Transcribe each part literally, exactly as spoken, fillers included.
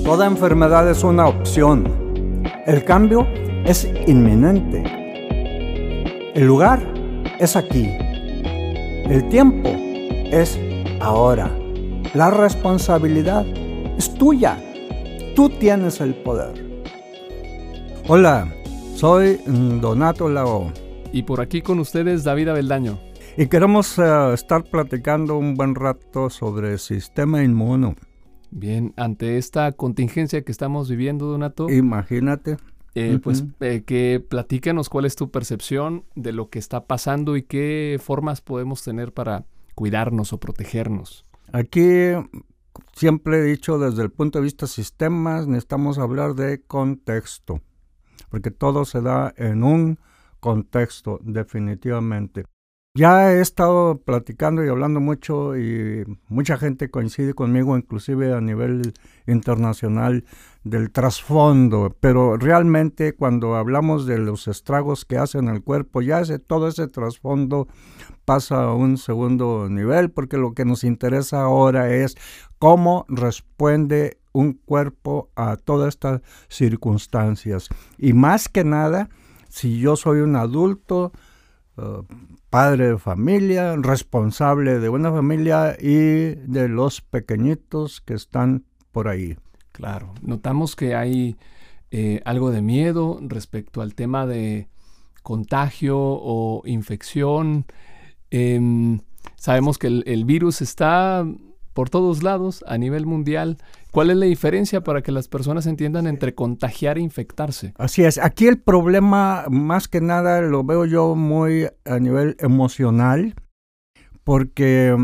Toda enfermedad es una opción. El cambio es inminente. El lugar es aquí. El tiempo es ahora. La responsabilidad es tuya. Tú tienes el poder. Hola, soy Donato Lao. Y por aquí con ustedes David Abeldaño. Y queremos uh, estar platicando un buen rato sobre el sistema inmuno. Bien, ante esta contingencia que estamos viviendo, Donato. Imagínate. Eh, uh-huh. Pues eh, que platícanos cuál es tu percepción de lo que está pasando y qué formas podemos tener para cuidarnos o protegernos. Aquí siempre he dicho desde el punto de vista de sistemas, necesitamos hablar de contexto, porque todo se da en un contexto definitivamente. Ya he estado platicando y hablando mucho y mucha gente coincide conmigo, inclusive a nivel internacional, del trasfondo, pero realmente cuando hablamos de los estragos que hacen el cuerpo, ya ese, todo ese trasfondo pasa a un segundo nivel, porque lo que nos interesa ahora es cómo responde un cuerpo a todas estas circunstancias. Y más que nada, si yo soy un adulto, Uh, padre de familia, responsable de una familia y de los pequeñitos que están por ahí. Claro, notamos que hay eh, algo de miedo respecto al tema de contagio o infección. Eh, sabemos que el, el virus está por todos lados a nivel mundial. ¿Cuál es la diferencia para que las personas entiendan entre contagiar e infectarse? Así es. Aquí el problema, más que nada, lo veo yo muy a nivel emocional, porque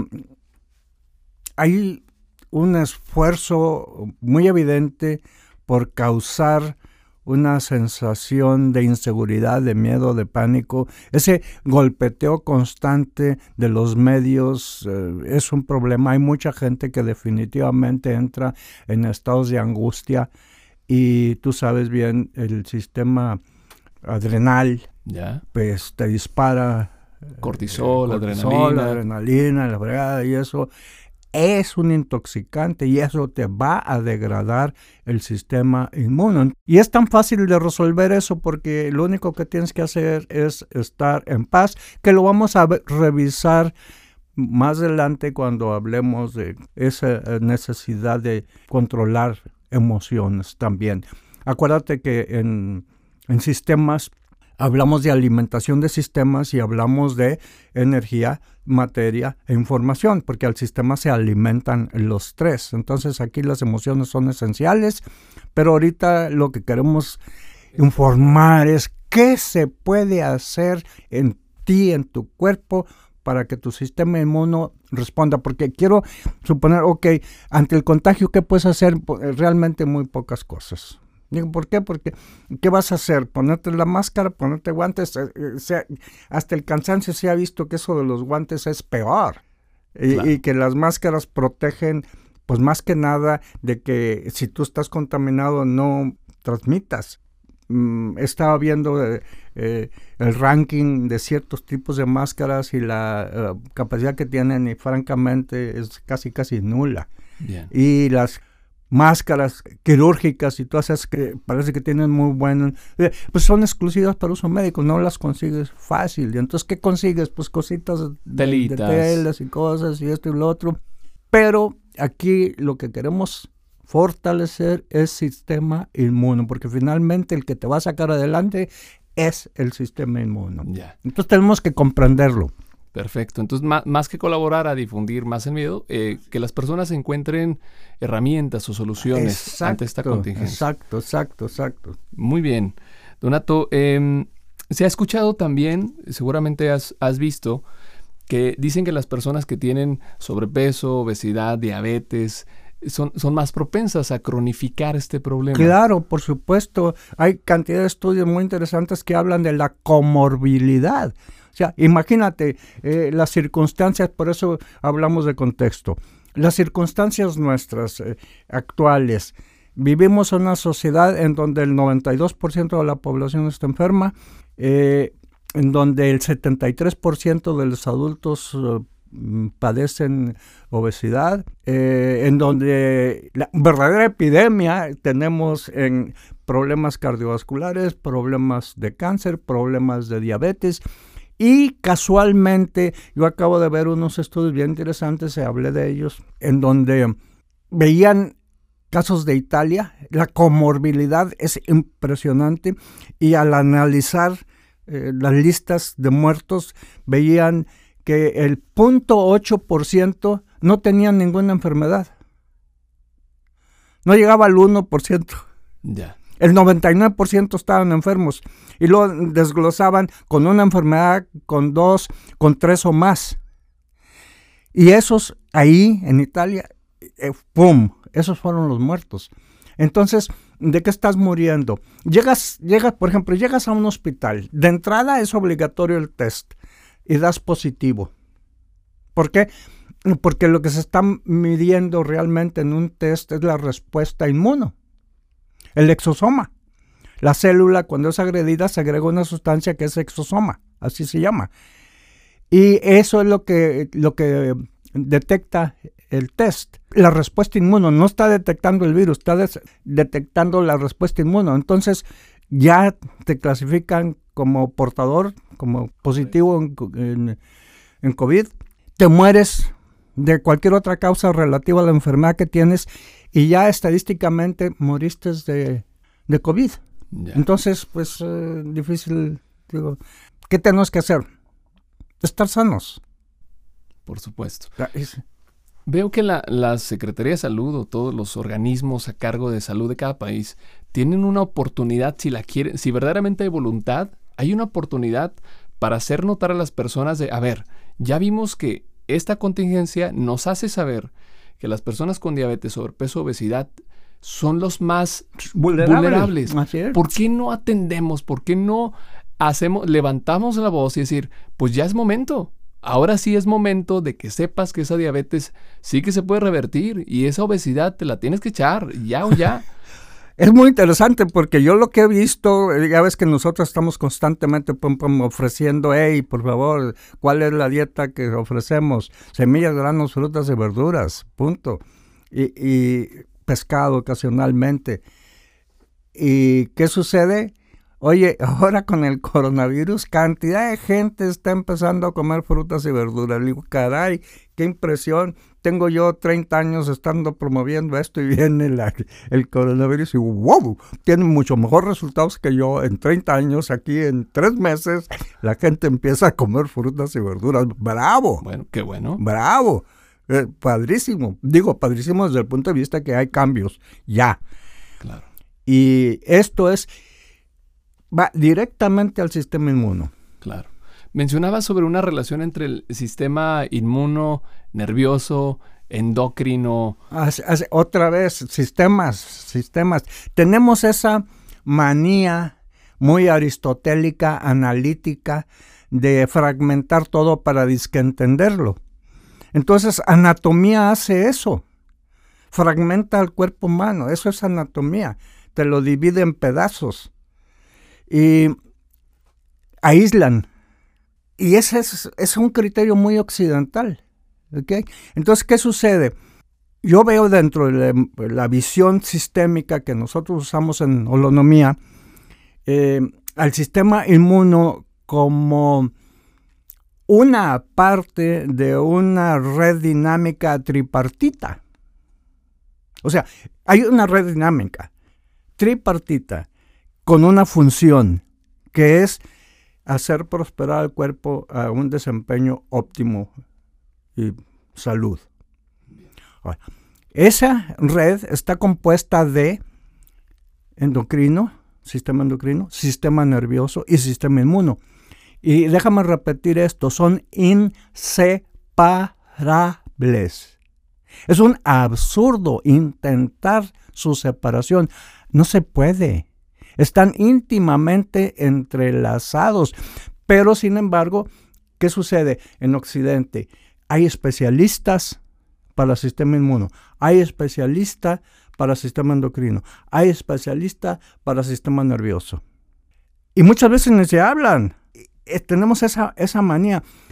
hay un esfuerzo muy evidente por causar una sensación de inseguridad, de miedo, de pánico. Ese golpeteo constante de los medios eh, es un problema. Hay mucha gente que definitivamente entra en estados de angustia y tú sabes bien, el sistema adrenal, ¿Ya? pues te dispara. Cortisol, eh, cortisol adrenalina. adrenalina, la fregada y eso. Es un intoxicante y eso te va a degradar el sistema inmune. Y es tan fácil de resolver eso porque lo único que tienes que hacer es estar en paz, que lo vamos a ver, revisar más adelante cuando hablemos de esa necesidad de controlar emociones también. Acuérdate que en, en sistemas hablamos de alimentación de sistemas y hablamos de energía, materia e información, porque al sistema se alimentan los tres. Entonces aquí las emociones son esenciales, pero ahorita lo que queremos informar es qué se puede hacer en ti, en tu cuerpo, para que tu sistema inmuno responda. Porque quiero suponer, ok, ante el contagio, ¿qué puedes hacer? Realmente muy pocas cosas. Digo, ¿por qué? Porque, ¿qué vas a hacer? Ponerte la máscara, ponerte guantes. Eh, eh, sea, hasta el cansancio se ha visto que eso de los guantes es peor. Y, claro. y que las máscaras protegen, pues más que nada, de que si tú estás contaminado no transmitas. Mm, estaba viendo eh, eh, el ranking de ciertos tipos de máscaras y la uh, capacidad que tienen y francamente es casi casi nula. Bien. Y las máscaras quirúrgicas y todas esas que parece que tienen muy buenas, eh, pues son exclusivas para uso médico, no las consigues fácil. Y entonces, ¿qué consigues? Pues cositas de, de telas y cosas y esto y lo otro. Pero aquí lo que queremos fortalecer es sistema inmuno, porque finalmente el que te va a sacar adelante es el sistema inmuno. Ya. Entonces tenemos que comprenderlo. Perfecto. Entonces, más, más que colaborar a difundir más el miedo, eh, que las personas encuentren herramientas o soluciones exacto, ante esta contingencia. Exacto, exacto, exacto. Muy bien. Donato, eh, se ha escuchado también, seguramente has, has visto, que dicen que las personas que tienen sobrepeso, obesidad, diabetes, son, son más propensas a cronificar este problema. Claro, por supuesto. Hay cantidad de estudios muy interesantes que hablan de la comorbilidad. O sea, imagínate eh, las circunstancias, por eso hablamos de contexto. Las circunstancias nuestras eh, actuales. Vivimos en una sociedad en donde el noventa y dos por ciento de la población está enferma, eh, en donde el setenta y tres por ciento de los adultos eh, padecen obesidad, eh, en donde la verdadera epidemia tenemos en problemas cardiovasculares, problemas de cáncer, problemas de diabetes. Y casualmente, yo acabo de ver unos estudios bien interesantes, se hablé de ellos, en donde veían casos de Italia, la comorbilidad es impresionante, y al analizar eh, las listas de muertos, veían que el cero punto ocho por ciento no tenían ninguna enfermedad. No llegaba al uno por ciento. Ya. El noventa y nueve por ciento estaban enfermos. Y lo desglosaban con una enfermedad, con dos, con tres o más. Y esos ahí en Italia, eh, ¡pum! Esos fueron los muertos. Entonces, ¿de qué estás muriendo? Llegas, llegas, por ejemplo, llegas a un hospital. De entrada es obligatorio el test y das positivo. ¿Por qué? Porque lo que se está midiendo realmente en un test es la respuesta inmuno. El exosoma. La célula, cuando es agredida, se agrega una sustancia que es exosoma, así se llama. Y eso es lo que, lo que detecta el test. La respuesta inmuno no está detectando el virus, está des- detectando la respuesta inmuno. Entonces, ya te clasifican como portador, como positivo en, en, en COVID. Te mueres de cualquier otra causa relativa a la enfermedad que tienes y ya estadísticamente moriste de, de COVID. Ya. Entonces, pues, eh, difícil, digo, ¿qué tenemos que hacer? Estar sanos. Por supuesto. Es, Veo que la, la Secretaría de Salud o todos los organismos a cargo de salud de cada país tienen una oportunidad, si la quieren, si verdaderamente hay voluntad, hay una oportunidad para hacer notar a las personas de, a ver, ya vimos que esta contingencia nos hace saber que las personas con diabetes, sobrepeso, obesidad son los más vulnerables. vulnerables. Así es. ¿Por qué no atendemos? ¿Por qué no hacemos, levantamos la voz y decir, pues ya es momento? Ahora sí es momento de que sepas que esa diabetes sí que se puede revertir y esa obesidad te la tienes que echar ya o ya. Es muy interesante porque yo lo que he visto, ya ves que nosotros estamos constantemente pum, pum, ofreciendo, hey, por favor, ¿cuál es la dieta que ofrecemos? Semillas, granos, frutas y verduras, punto. Y, y pescado ocasionalmente. ¿Y qué sucede? Oye, ahora con el coronavirus, cantidad de gente está empezando a comer frutas y verduras. Le digo, caray, qué impresión. Tengo yo treinta años estando promoviendo esto y viene la, el coronavirus y wow, tiene mucho mejor resultados que yo en treinta años. Aquí en tres meses la gente empieza a comer frutas y verduras. ¡Bravo! Bueno, qué bueno. ¡Bravo! Eh, padrísimo. Digo, padrísimo desde el punto de vista que hay cambios ya. Claro. Y esto es... va directamente al sistema inmuno. Claro. Mencionabas sobre una relación entre el sistema inmuno, nervioso, endocrino. Hace, hace, otra vez, sistemas, sistemas. Tenemos esa manía muy aristotélica, analítica, de fragmentar todo para disque entenderlo. Entonces, anatomía hace eso. Fragmenta el cuerpo humano. Eso es anatomía. Te lo divide en pedazos. Y aíslan. Y ese es, es un criterio muy occidental. ¿Okay? Entonces, ¿qué sucede? Yo veo dentro de la, la visión sistémica que nosotros usamos en holonomía, eh, al sistema inmuno como una parte de una red dinámica tripartita. O sea, hay una red dinámica tripartita con una función que es hacer prosperar al cuerpo a un desempeño óptimo y salud. Ahora, esa red está compuesta de endocrino, sistema endocrino, sistema nervioso y sistema inmuno. Y déjame repetir esto, son inseparables. Es un absurdo intentar su separación. No se puede. Están íntimamente entrelazados. Pero, sin embargo, ¿qué sucede en Occidente? Hay especialistas para el sistema inmuno, hay especialistas para el sistema endocrino, hay especialistas para el sistema nervioso. Y muchas veces ni se hablan. Eh, tenemos esa, esa manía.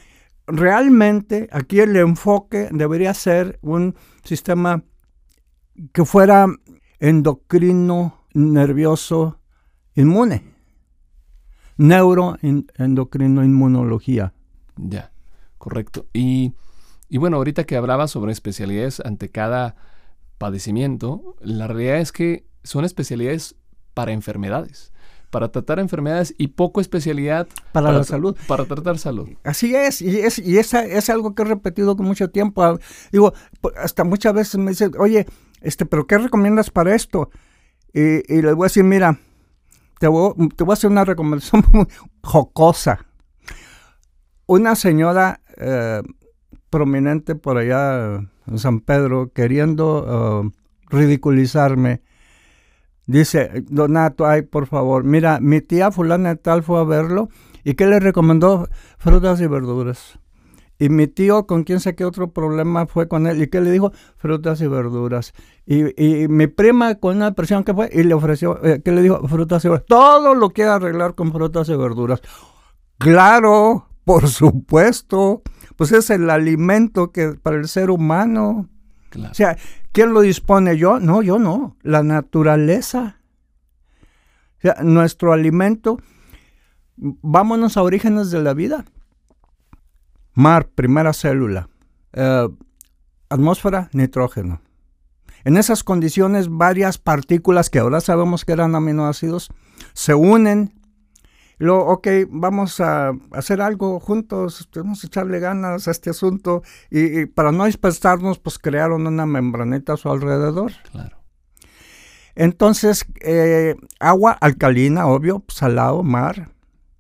realmente aquí el enfoque debería ser un sistema que fuera endocrino, nervioso, inmune. Neuroendocrino inmunología. Ya, correcto. Y, y bueno, ahorita que hablaba sobre especialidades ante cada padecimiento, la realidad es que son especialidades para enfermedades, para tratar enfermedades y poco especialidad para, para la salud. Para tratar salud. Así es, y es, y esa, es algo que he repetido con mucho tiempo. Digo, hasta muchas veces me dicen, oye, este, ¿pero qué recomiendas para esto? Y, y les voy a decir, mira, te voy, te voy a hacer una recomendación muy jocosa. Una señora eh, prominente por allá en San Pedro, queriendo uh, ridiculizarme, dice, Donato, ay, por favor, mira, mi tía fulana de tal fue a verlo, ¿y qué le recomendó? Frutas y verduras. Y mi tío, con quién sé qué otro problema fue con él, ¿y qué le dijo? Frutas y verduras. Y, y mi prima con una depresión que fue, y le ofreció, eh, ¿qué le dijo? Frutas y verduras. Todo lo quiere arreglar con frutas y verduras. Claro, por supuesto, pues es el alimento que para el ser humano. Claro. O sea, ¿quién lo dispone? ¿Yo? No, yo no. La naturaleza. O sea, nuestro alimento, vámonos a orígenes de la vida. Mar, primera célula. Eh, atmósfera, nitrógeno. En esas condiciones, varias partículas que ahora sabemos que eran aminoácidos se unen. Luego, ok, vamos a hacer algo juntos, vamos a echarle ganas a este asunto. Y, y para no dispersarnos, pues crearon una membranita a su alrededor. Claro. Entonces, eh, agua alcalina, obvio, salado, mar.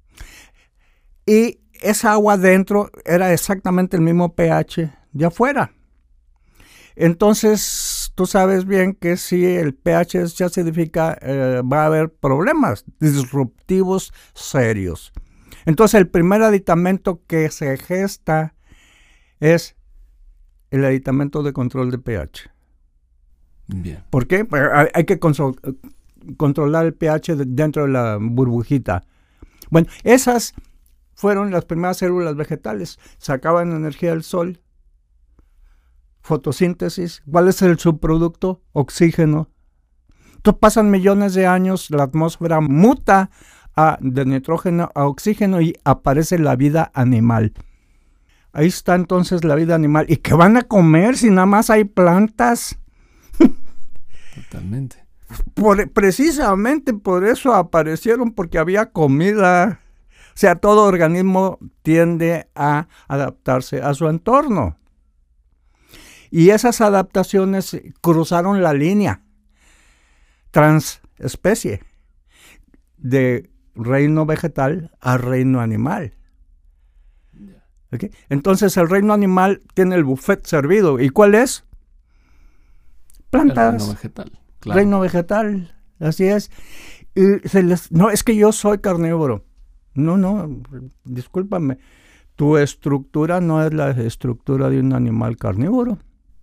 Y esa agua dentro era exactamente el mismo pH de afuera. Entonces, tú sabes bien que si el pH se acidifica, eh, va a haber problemas disruptivos serios. Entonces, el primer aditamento que se gesta es el aditamento de control de pH. Bien. ¿Por qué? Pues hay que consol- controlar el pH de dentro de la burbujita. Bueno, esas fueron las primeras células vegetales. Sacaban energía del sol. Fotosíntesis. ¿Cuál es el subproducto? Oxígeno. Entonces pasan millones de años, la atmósfera muta a, de nitrógeno a oxígeno y aparece la vida animal. Ahí está entonces la vida animal. ¿Y qué van a comer si nada más hay plantas? Totalmente. Por, precisamente por eso aparecieron, porque había comida. O sea, todo organismo tiende a adaptarse a su entorno. Y esas adaptaciones cruzaron la línea transespecie de reino vegetal a reino animal. ¿Okay? Entonces el reino animal tiene el buffet servido. ¿Y cuál es? Plantas. El reino vegetal. Claro. Reino vegetal, así es. Y se les, no, es que yo soy carnívoro. No, no, discúlpame. Tu estructura no es la estructura de un animal carnívoro.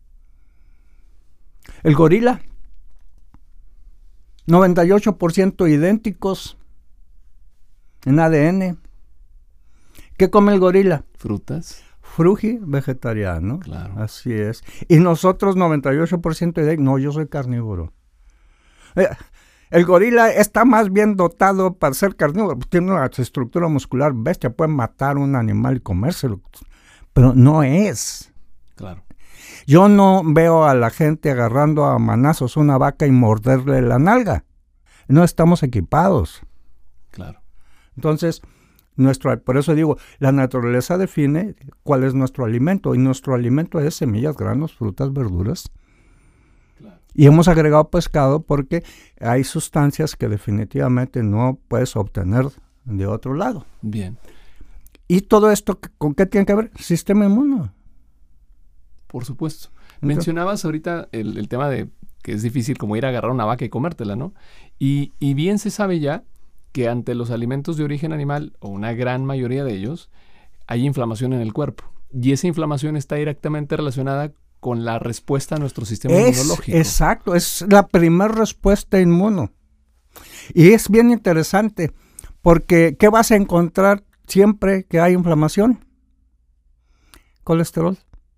El gorila, noventa y ocho por ciento idénticos en A D N. ¿Qué come el gorila? Frutas. Frugi, vegetariano. Claro. Así es. Y nosotros noventa y ocho por ciento idénticos. No, yo soy carnívoro. Eh, el gorila está más bien dotado para ser carnívoro. Tiene una estructura muscular bestia. Puede matar un animal y comérselo. Pero no es. Claro. Yo no veo a la gente agarrando a manazos una vaca y morderle la nalga. No estamos equipados. Claro. Entonces, nuestro, por eso digo, la naturaleza define cuál es nuestro alimento. Y nuestro alimento es semillas, granos, frutas, verduras. Claro. Y hemos agregado pescado porque hay sustancias que definitivamente no puedes obtener de otro lado. Bien. ¿Y todo esto con qué tiene que ver? Sistema inmune. Por supuesto. Okay. Mencionabas ahorita el, el tema de que es difícil como ir a agarrar una vaca y comértela, ¿no? Y, y bien se sabe ya que ante los alimentos de origen animal, o una gran mayoría de ellos, hay inflamación en el cuerpo. Y esa inflamación está directamente relacionada con la respuesta a nuestro sistema es, inmunológico. Exacto, es la primera respuesta inmuno. Y es bien interesante, porque ¿qué vas a encontrar siempre que hay inflamación? colesterol.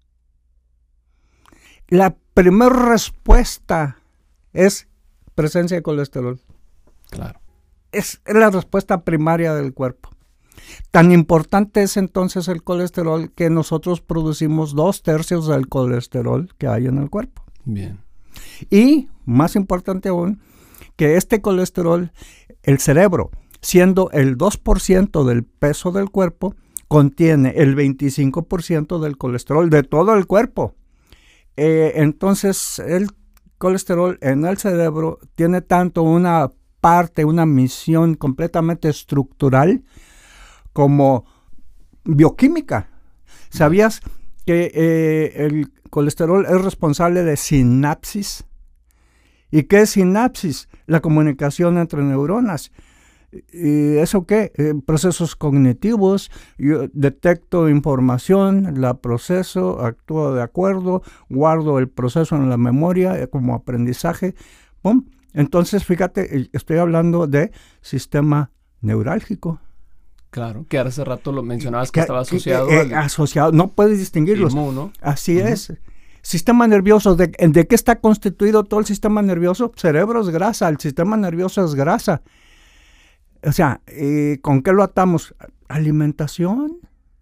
La primera respuesta es presencia de colesterol. Claro. Es la respuesta primaria del cuerpo. Tan importante es entonces el colesterol que nosotros producimos dos tercios del colesterol que hay en el cuerpo. Bien. Y, más importante aún, que este colesterol, el cerebro, siendo el dos por ciento del peso del cuerpo, contiene el veinticinco por ciento del colesterol de todo el cuerpo. Eh, entonces, el colesterol en el cerebro tiene tanto una parte, una misión completamente estructural como bioquímica. ¿Sabías que eh, el colesterol es responsable de sinapsis? ¿Y qué es sinapsis? La comunicación entre neuronas. ¿Y eso qué? Eh, procesos cognitivos. Yo detecto información, la proceso, actúo de acuerdo, guardo el proceso en la memoria eh, como aprendizaje. ¡Pum! Entonces, fíjate, estoy hablando de sistema neurálgico. Claro, que hace rato lo mencionabas que, que estaba asociado. Que, eh, al... Asociado, no puedes distinguirlos. Inmuno. Así Uh-huh. es. Sistema nervioso, ¿de, ¿de qué está constituido todo el sistema nervioso? Cerebro es grasa, el sistema nervioso es grasa. O sea, eh, ¿con qué lo atamos? Alimentación.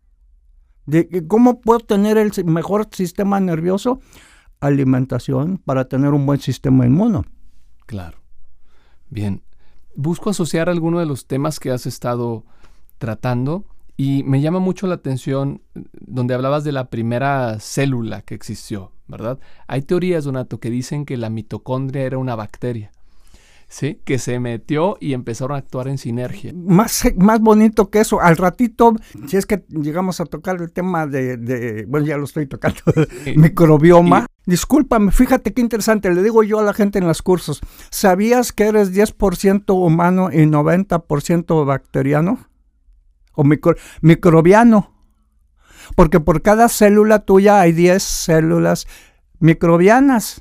¿De cómo puedo tener el mejor sistema nervioso? Alimentación para tener un buen sistema inmuno. Claro. Bien. Busco asociar alguno de los temas que has estado tratando y me llama mucho la atención donde hablabas de la primera célula que existió, ¿verdad? Hay teorías, Donato, que dicen que la mitocondria era una bacteria, ¿sí? Que se metió y empezaron a actuar en sinergia. Más, más bonito que eso. Al ratito, si es que llegamos a tocar el tema de, de bueno, ya lo estoy tocando, sí. Microbioma. Y, Discúlpame, fíjate qué interesante, le digo yo a la gente en los cursos, ¿sabías que eres diez por ciento humano y noventa por ciento bacteriano? O micro, microbiano. Porque por cada célula tuya hay diez células microbianas.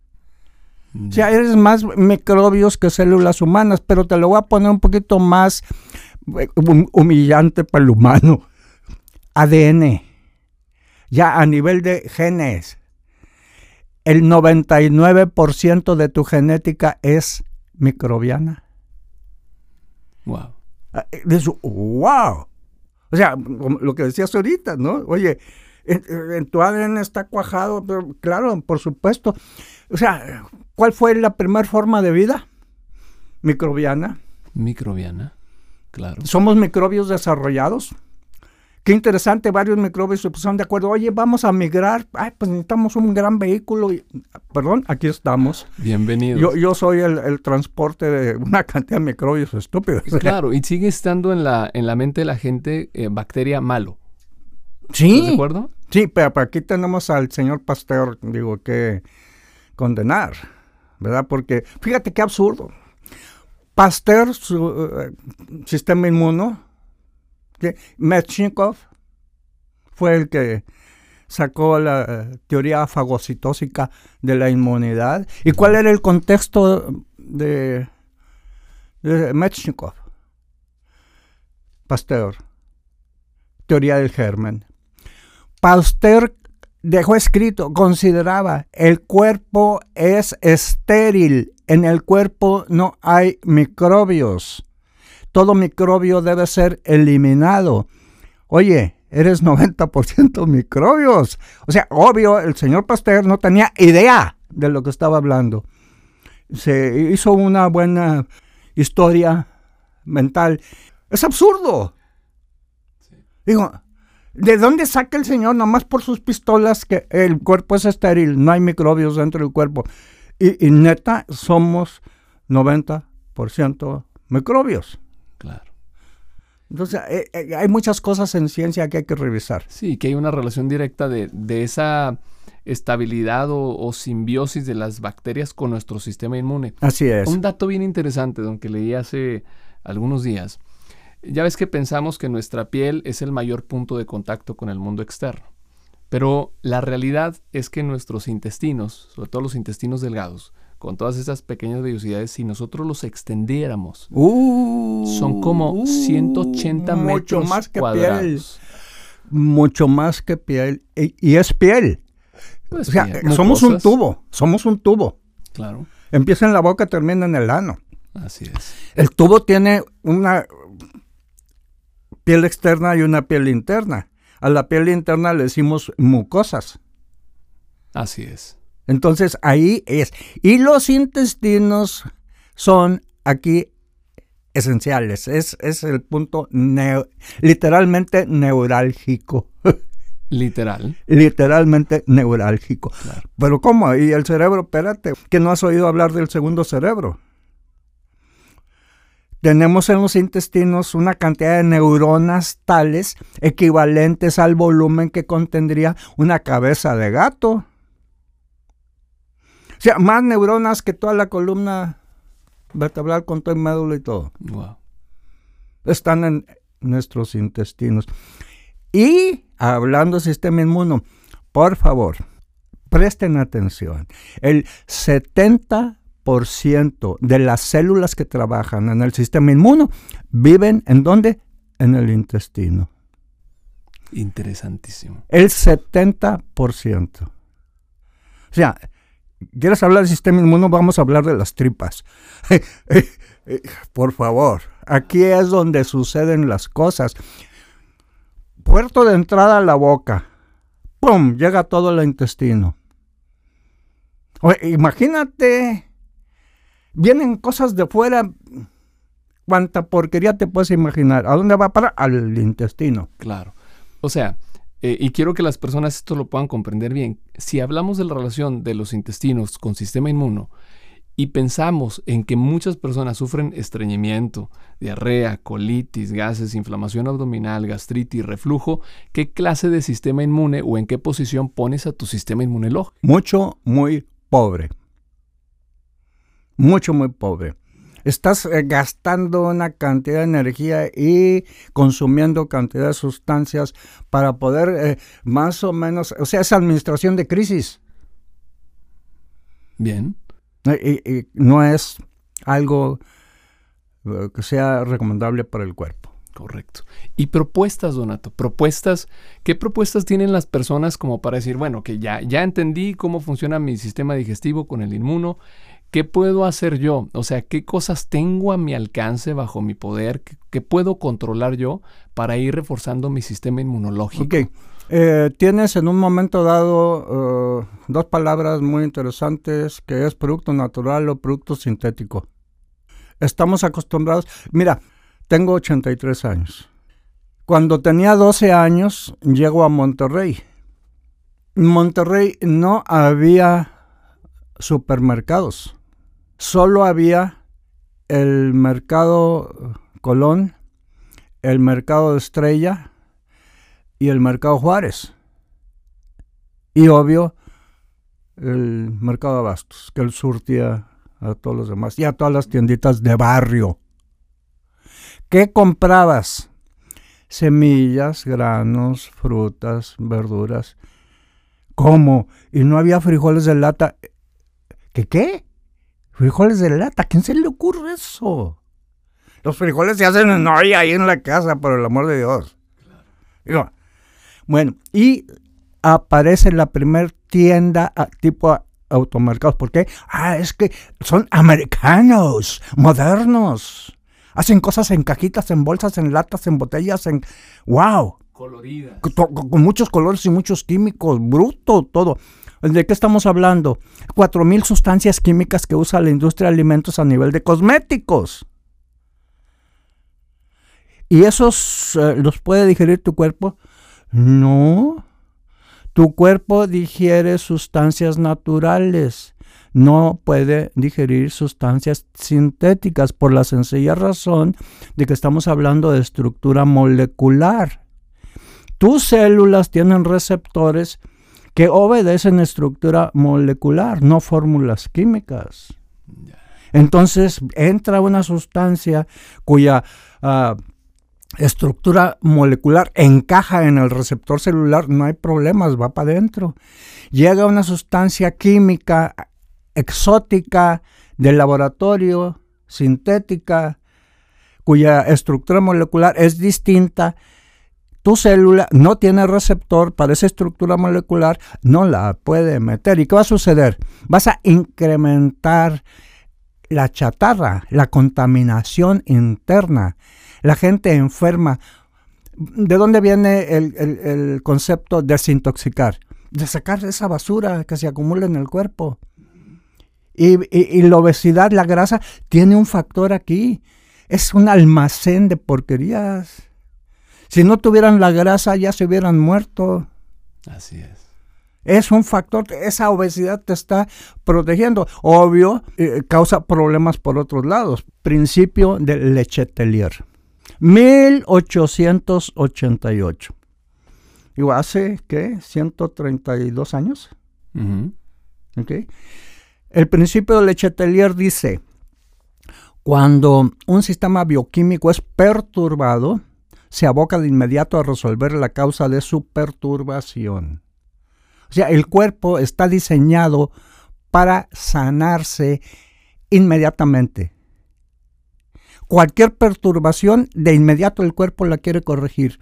O sea, eres más microbios que células humanas, pero te lo voy a poner un poquito más humillante para el humano. A D N. Ya a nivel de genes. El noventa y nueve por ciento de tu genética es microbiana. Wow. Eso, wow. O sea, lo que decías ahorita, ¿no? Oye, en, en tu A D N está cuajado, pero claro, por supuesto. O sea, ¿cuál fue la primera forma de vida? Microbiana. Microbiana, claro. Somos microbios desarrollados. Qué interesante, varios microbios se pusieron de acuerdo. Oye, vamos a migrar. Ay, pues necesitamos un gran vehículo. Y, perdón, aquí estamos. Bienvenidos. Yo, yo soy el, el transporte de una cantidad de microbios estúpidos. Claro, y sigue estando en la, en la mente de la gente eh, bacteria malo. Sí. ¿Estás de acuerdo? Sí, pero, pero aquí tenemos al señor Pasteur, digo, que condenar, ¿verdad? Porque fíjate qué absurdo. Pasteur, su uh, sistema inmuno, ¿sí? Metchnikov fue el que sacó la uh, teoría fagocitósica de la inmunidad. ¿Y cuál era el contexto de, de Metchnikov? Pasteur, teoría del germen. Pasteur dejó escrito, consideraba, el cuerpo es estéril, en el cuerpo no hay microbios. Todo microbio debe ser eliminado. Oye, eres noventa por ciento microbios. O sea, obvio, el señor Pasteur no tenía idea de lo que estaba hablando. Se hizo una buena historia mental. Es absurdo. Sí. Digo, ¿de dónde saca el señor, nomás por sus pistolas, que el cuerpo es estéril, no hay microbios dentro del cuerpo? Y, y neta, somos noventa por ciento microbios. Claro. Entonces, eh, eh, hay muchas cosas en ciencia que hay que revisar. Sí, que hay una relación directa de, de esa estabilidad o, o simbiosis de las bacterias con nuestro sistema inmune. Así es. Un dato bien interesante, don, que leí hace algunos días. Ya ves que pensamos que nuestra piel es el mayor punto de contacto con el mundo externo, pero la realidad es que nuestros intestinos, sobre todo los intestinos delgados, con todas esas pequeñas vellosidades, si nosotros los extendiéramos, uh, son como ciento ochenta mucho metros más que cuadrados. mucho más que piel, y, y es piel. Pues o sea, bien, somos un mucosas. tubo, somos un tubo. Claro, Empieza en la boca, termina en el ano. así es. El tubo tiene una piel externa y una piel interna. A la piel interna le decimos mucosas. Así es. Entonces ahí es. Y los intestinos son aquí esenciales. Es, es el punto neo, literalmente neurálgico. Literal. Literalmente neurálgico. Claro. Pero ¿cómo? ¿Y el cerebro? Espérate, que no has oído hablar del segundo cerebro. Tenemos en los intestinos una cantidad de neuronas tales equivalentes al volumen que contendría una cabeza de gato. O sea, más neuronas que toda la columna vertebral con todo el médula y todo. Wow. Están en nuestros intestinos. Y hablando del sistema inmuno, por favor, presten atención. El setenta por ciento de las células que trabajan en el sistema inmuno viven ¿en dónde? En el intestino. Interesantísimo. El setenta por ciento. O sea, ¿quieres hablar del sistema inmuno? Vamos a hablar de las tripas. Por favor, aquí es donde suceden las cosas. Puerto de entrada a la boca. ¡Pum! Llega todo el intestino. Oye, imagínate, vienen cosas de fuera, cuánta porquería te puedes imaginar. ¿A dónde va a parar? Al intestino. Claro. O sea, eh, y quiero que las personas esto lo puedan comprender bien. Si hablamos de la relación de los intestinos con sistema inmuno y pensamos en que muchas personas sufren estreñimiento, diarrea, colitis, gases, inflamación abdominal, gastritis, reflujo, ¿qué clase de sistema inmune o en qué posición pones a tu sistema inmunológico? Mucho, muy pobre. Mucho, muy pobre. Estás eh, gastando una cantidad de energía y consumiendo cantidad de sustancias para poder eh, más o menos, o sea, es administración de crisis. Bien. Y, y no es algo uh, que sea recomendable para el cuerpo. Correcto. Y propuestas, Donato, propuestas, ¿qué propuestas tienen las personas como para decir, bueno, que ya, ya entendí cómo funciona mi sistema digestivo con el inmuno, ¿qué puedo hacer yo? O sea, ¿qué cosas tengo a mi alcance, bajo mi poder, qué, qué puedo controlar yo para ir reforzando mi sistema inmunológico? Ok. Eh, tienes en un momento dado uh, dos palabras muy interesantes, que es producto natural o producto sintético. Estamos acostumbrados, mira, tengo ochenta y tres años. Cuando tenía doce años, llego a Monterrey. En Monterrey no había supermercados, solo había el mercado Colón, el mercado Estrella y el mercado Juárez. Y obvio, el mercado de abastos, que él surtía a todos los demás y a todas las tienditas de barrio. ¿Qué comprabas? Semillas, granos, frutas, verduras. ¿Cómo? Y no había frijoles de lata. ¿Qué qué? ¿Frijoles de lata? ¿A quién se le ocurre eso? Los frijoles se hacen en olla ahí en la casa, por el amor de Dios. Claro. Digo, bueno, y aparece la primer tienda a, tipo a, automercados. ¿Por qué? Ah, es que son americanos, modernos. Hacen cosas en cajitas, en bolsas, en latas, en botellas, en... ¡Wow! Coloridas. Con, con, con muchos colores y muchos químicos, bruto, todo. ¿De qué estamos hablando? Cuatro mil sustancias químicas que usa la industria de alimentos a nivel de cosméticos. ¿Y esos eh, los puede digerir tu cuerpo? No. Tu cuerpo digiere sustancias naturales. No puede digerir sustancias sintéticas por la sencilla razón de que estamos hablando de estructura molecular. Tus células tienen receptores que obedecen estructura molecular, no fórmulas químicas. Entonces entra una sustancia cuya uh, estructura molecular encaja en el receptor celular, no hay problemas, va para adentro. Llega una sustancia química exótica del laboratorio, sintética, cuya estructura molecular es distinta. tu célula no tiene receptor para esa estructura molecular, no la puede meter. ¿Y qué va a suceder? Vas a incrementar la chatarra, la contaminación interna. La gente enferma. ¿De dónde viene el, el, el concepto de desintoxicar? De sacar esa basura que se acumula en el cuerpo. Y, y, y la obesidad, la grasa, tiene un factor aquí. Es un almacén de porquerías. Si no tuvieran la grasa, ya se hubieran muerto. Así es. Es un factor, esa obesidad te está protegiendo. Obvio, eh, causa problemas por otros lados. Principio de Le Chatelier. mil ochocientos ochenta y ocho. Digo, hace, ¿qué? ciento treinta y dos años. Uh-huh. ¿Okay? El principio de Le Chatelier dice, cuando un sistema bioquímico es perturbado, se aboca de inmediato a resolver la causa de su perturbación. O sea, el cuerpo está diseñado para sanarse inmediatamente. Cualquier perturbación, de inmediato el cuerpo la quiere corregir.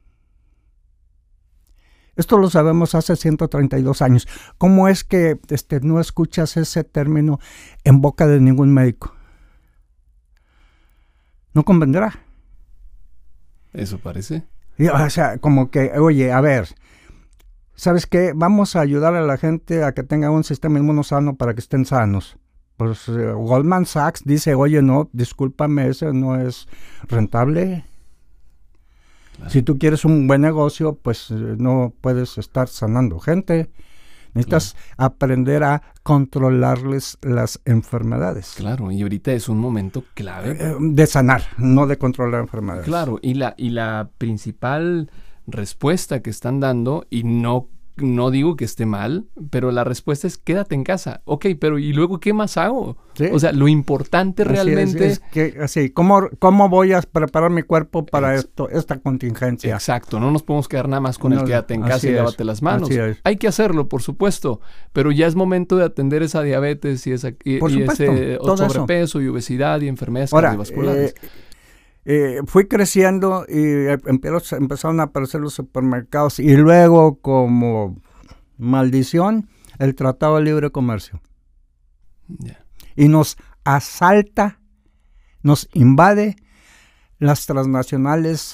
Esto lo sabemos hace ciento treinta y dos años. ¿Cómo es que este, no escuchas ese término en boca de ningún médico? No convendrá. Eso parece. Y, o sea, como que, oye, a ver, ¿sabes qué? Vamos a ayudar a la gente a que tenga un sistema inmuno sano para que estén sanos. Pues uh, Goldman Sachs dice, oye, no, discúlpame, eso no es rentable. Claro. Si tú quieres un buen negocio, pues uh, no puedes estar sanando gente. Necesitas claro. aprender a controlarles las enfermedades. Claro, y ahorita es un momento clave. Eh, de sanar, no de controlar enfermedades. Claro, y la, y la principal respuesta que están dando, y no, no digo que esté mal, pero la respuesta es quédate en casa. Ok, pero ¿y luego qué más hago? ¿Sí? O sea, lo importante así realmente... Es, es que, así, ¿cómo, ¿cómo voy a preparar mi cuerpo para es, esto, esta contingencia? Exacto, no nos podemos quedar nada más con no, el quédate en casa y es, lávate las manos. Hay que hacerlo, por supuesto, pero ya es momento de atender esa diabetes y, esa, y, por y supuesto, ese sobrepeso eso. Y obesidad y enfermedades Ahora, cardiovasculares. Eh, Eh, fui creciendo y empezaron a aparecer los supermercados y luego, como maldición, el Tratado de Libre Comercio. Yeah. Y nos asalta, nos invade las transnacionales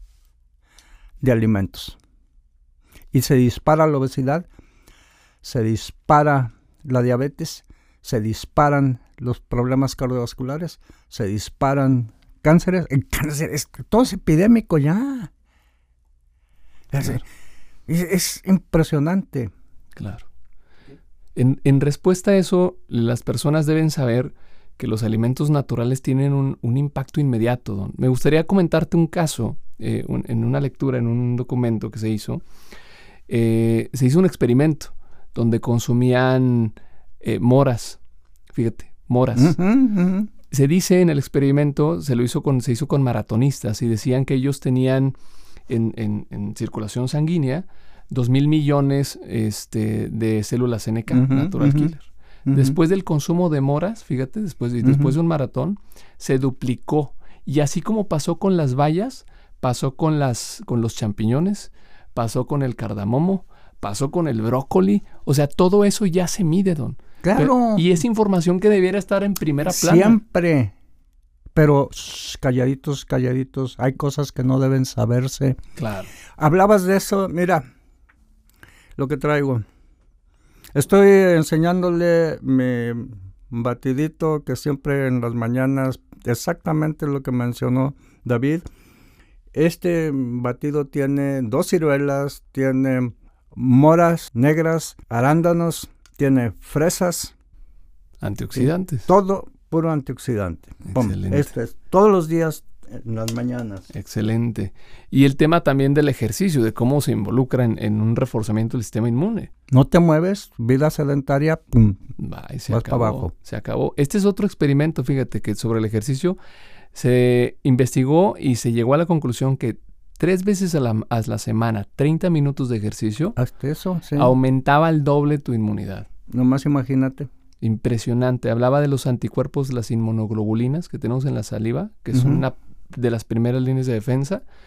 de alimentos. Y se dispara la obesidad, se dispara la diabetes, se disparan los problemas cardiovasculares, se disparan cánceres, el cáncer, es, todo es epidémico ya. Es, claro. es, es impresionante. Claro. En, en respuesta a eso, las personas deben saber que los alimentos naturales tienen un, un impacto inmediato, Don. Me gustaría comentarte un caso, eh, un, en una lectura, en un documento que se hizo. Eh, se hizo un experimento donde consumían eh, moras, fíjate, moras. Uh-huh, uh-huh. Se dice en el experimento, se lo hizo con, se hizo con maratonistas y decían que ellos tenían en, en, en circulación sanguínea dos mil millones este, de células N K, uh-huh, natural uh-huh, killer. Uh-huh. Después del consumo de moras, fíjate, después, uh-huh. después de un maratón, se duplicó. Y así como pasó con las bayas, pasó con, las, con los champiñones, pasó con el cardamomo, pasó con el brócoli. O sea, todo eso ya se mide, Don. Claro. Pero, y es información que debiera estar en primera plana. Siempre. Pero shh, calladitos, calladitos. Hay cosas que no deben saberse. Claro. Hablabas de eso. Mira, lo que traigo. Estoy enseñándole mi batidito que siempre en las mañanas, exactamente lo que mencionó David. Este batido tiene dos ciruelas, tiene moras negras, arándanos, tiene fresas. Antioxidantes. Todo puro antioxidante. Excelente. Este es todos los días en las mañanas. Excelente. Y el tema también del ejercicio, de cómo se involucra en, en un reforzamiento del sistema inmune. No te mueves, vida sedentaria, pum, Bye, se vas acabó, para abajo. Se acabó. Este es otro experimento, fíjate, que sobre el ejercicio se investigó y se llegó a la conclusión que tres veces a la, a la semana, treinta minutos de ejercicio, hasta eso, sí. aumentaba el doble tu inmunidad. Nomás imagínate. Impresionante. Hablaba de los anticuerpos, las inmunoglobulinas que tenemos en la saliva, que uh-huh. son una de las primeras líneas de defensa.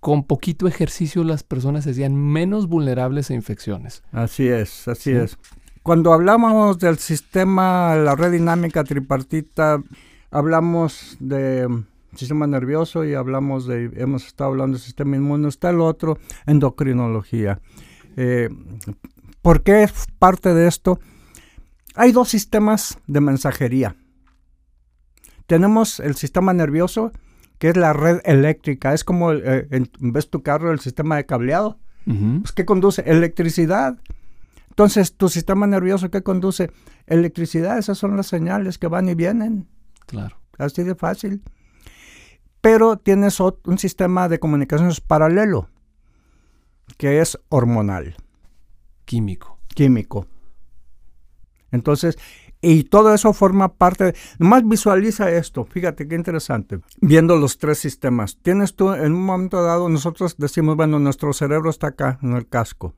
con poquito ejercicio las personas se hacían menos vulnerables a infecciones. Así es, así sí. es. Cuando hablamos del sistema, la red dinámica tripartita, hablamos de sistema nervioso y hablamos de, hemos estado hablando del sistema inmune, está el otro, endocrinología. Eh, ¿Por qué es parte de esto? Hay dos sistemas de mensajería. Tenemos el sistema nervioso, que es la red eléctrica, es como, eh, el, ¿ves tu carro, el sistema de cableado? Uh-huh. Pues, ¿qué conduce? Electricidad. Entonces, tu sistema nervioso, ¿qué conduce? Electricidad, esas son las señales que van y vienen. Claro. Así de fácil. Pero tienes un sistema de comunicaciones paralelo, que es hormonal. Químico. Químico. Entonces, y todo eso forma parte de... Nomás visualiza esto, fíjate qué interesante. Viendo los tres sistemas. Tienes tú, en un momento dado, nosotros decimos, bueno, nuestro cerebro está acá, en el casco.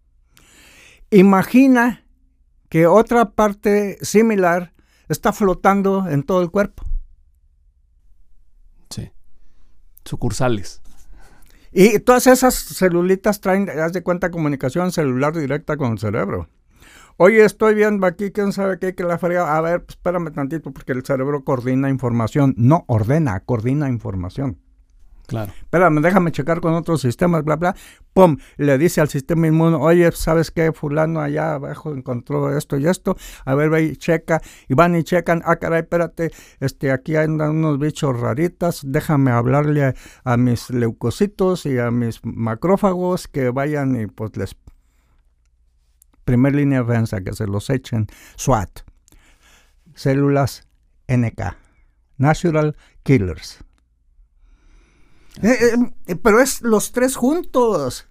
Imagina que otra parte similar está flotando en todo el cuerpo. Sí. Sucursales. Y todas esas celulitas traen, haz de cuenta, comunicación celular directa con el cerebro. Oye, estoy viendo aquí, quién sabe qué, que la frega. A ver, pues, espérame tantito, porque el cerebro coordina información. No ordena, coordina información. Claro. Espérame, déjame checar con otros sistemas, bla, bla. Pum, le dice al sistema inmune, oye, ¿sabes qué? Fulano allá abajo encontró esto y esto. A ver, ve y checa. Y van y checan. Ah, caray, espérate, este, aquí andan unos bichos raritas. Déjame hablarle a, a mis leucocitos y a mis macrófagos que vayan y pues les... Primer línea de defensa, que se los echen. SWAT. Células N K. Natural Killers. Eh, eh, pero es los tres juntos.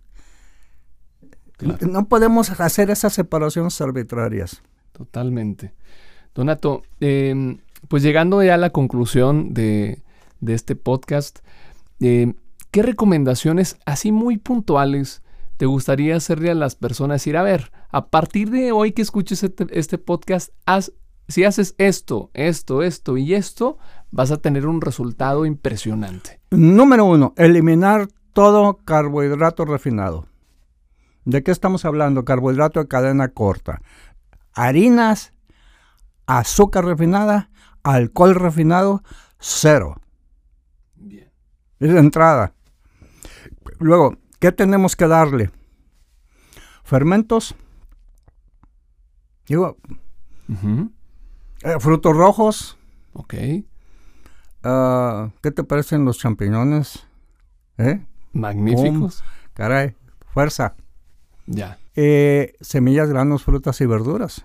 Claro. No podemos hacer esas separaciones arbitrarias. Totalmente. Donato, eh, pues llegando ya a la conclusión de, de este podcast, eh, ¿qué recomendaciones así muy puntuales te gustaría hacerle a las personas? Decir, a ver, a partir de hoy que escuches este, este podcast, haz, si haces esto, esto, esto y esto, vas a tener un resultado impresionante. Número uno, eliminar todo carbohidrato refinado. ¿De qué estamos hablando? Carbohidrato de cadena corta. Harinas, azúcar refinada, alcohol refinado, cero. Bien. Es de entrada. Luego, ¿qué tenemos que darle? Fermentos. Digo, uh-huh. eh, frutos rojos. Ok. Uh, ¿Qué te parecen los champiñones? ¿Eh? Magníficos. Pum, caray, fuerza. Ya. Eh, semillas, granos, frutas y verduras.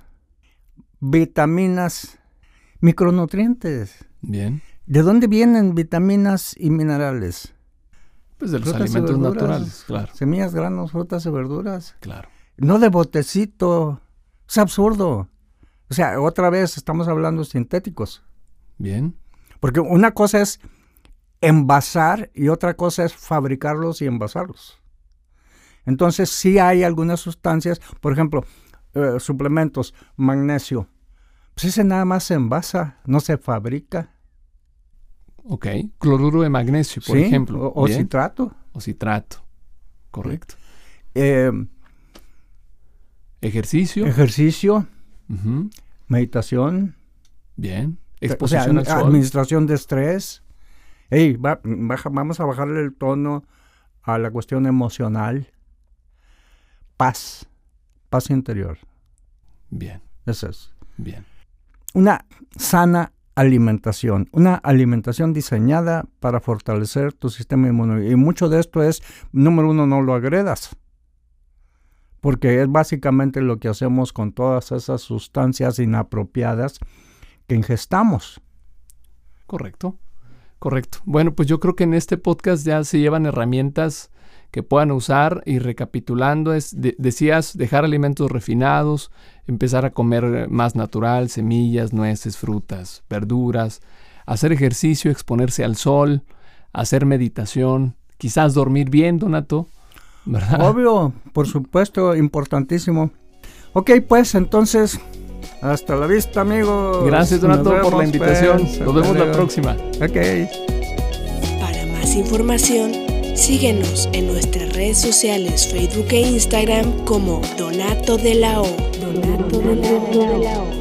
Vitaminas, micronutrientes. Bien. ¿De dónde vienen vitaminas y minerales? Pues de los frutas alimentos naturales, claro. Semillas, granos, frutas y verduras. Claro. No de botecito. Es absurdo. O sea, otra vez estamos hablando de sintéticos. Bien. Porque una cosa es envasar y otra cosa es fabricarlos y envasarlos. Entonces sí hay algunas sustancias, por ejemplo, eh, suplementos, magnesio. Pues ese nada más se envasa, no se fabrica. Ok, cloruro de magnesio, por sí, ejemplo. O, o citrato. O citrato, correcto. Eh, Ejercicio. Ejercicio. Uh-huh. Meditación. Bien. Exposición o sea, al sol. Administración de estrés. Hey, va, baja, vamos a bajarle el tono a la cuestión emocional. Paz. Paz interior. Bien. Eso es. Bien. Una sana alimentación. Una alimentación diseñada para fortalecer tu sistema inmune. Y mucho de esto es, número uno, no lo agredas. Porque es básicamente lo que hacemos con todas esas sustancias inapropiadas que ingestamos. Correcto, correcto. Bueno, pues yo creo que en este podcast ya se llevan herramientas que puedan usar, y recapitulando, es de, decías dejar alimentos refinados, empezar a comer más natural, semillas, nueces, frutas, verduras, hacer ejercicio, exponerse al sol, hacer meditación, quizás dormir bien, Donato, ¿verdad? Obvio, por supuesto, importantísimo. Ok, pues entonces, hasta la vista, amigos. Gracias, Donato, vemos, por la invitación. Pues, Nos vemos adiós. La próxima. Ok. Para más información, Síguenos en nuestras redes sociales, Facebook e Instagram como Donato de la O. Donato de la O.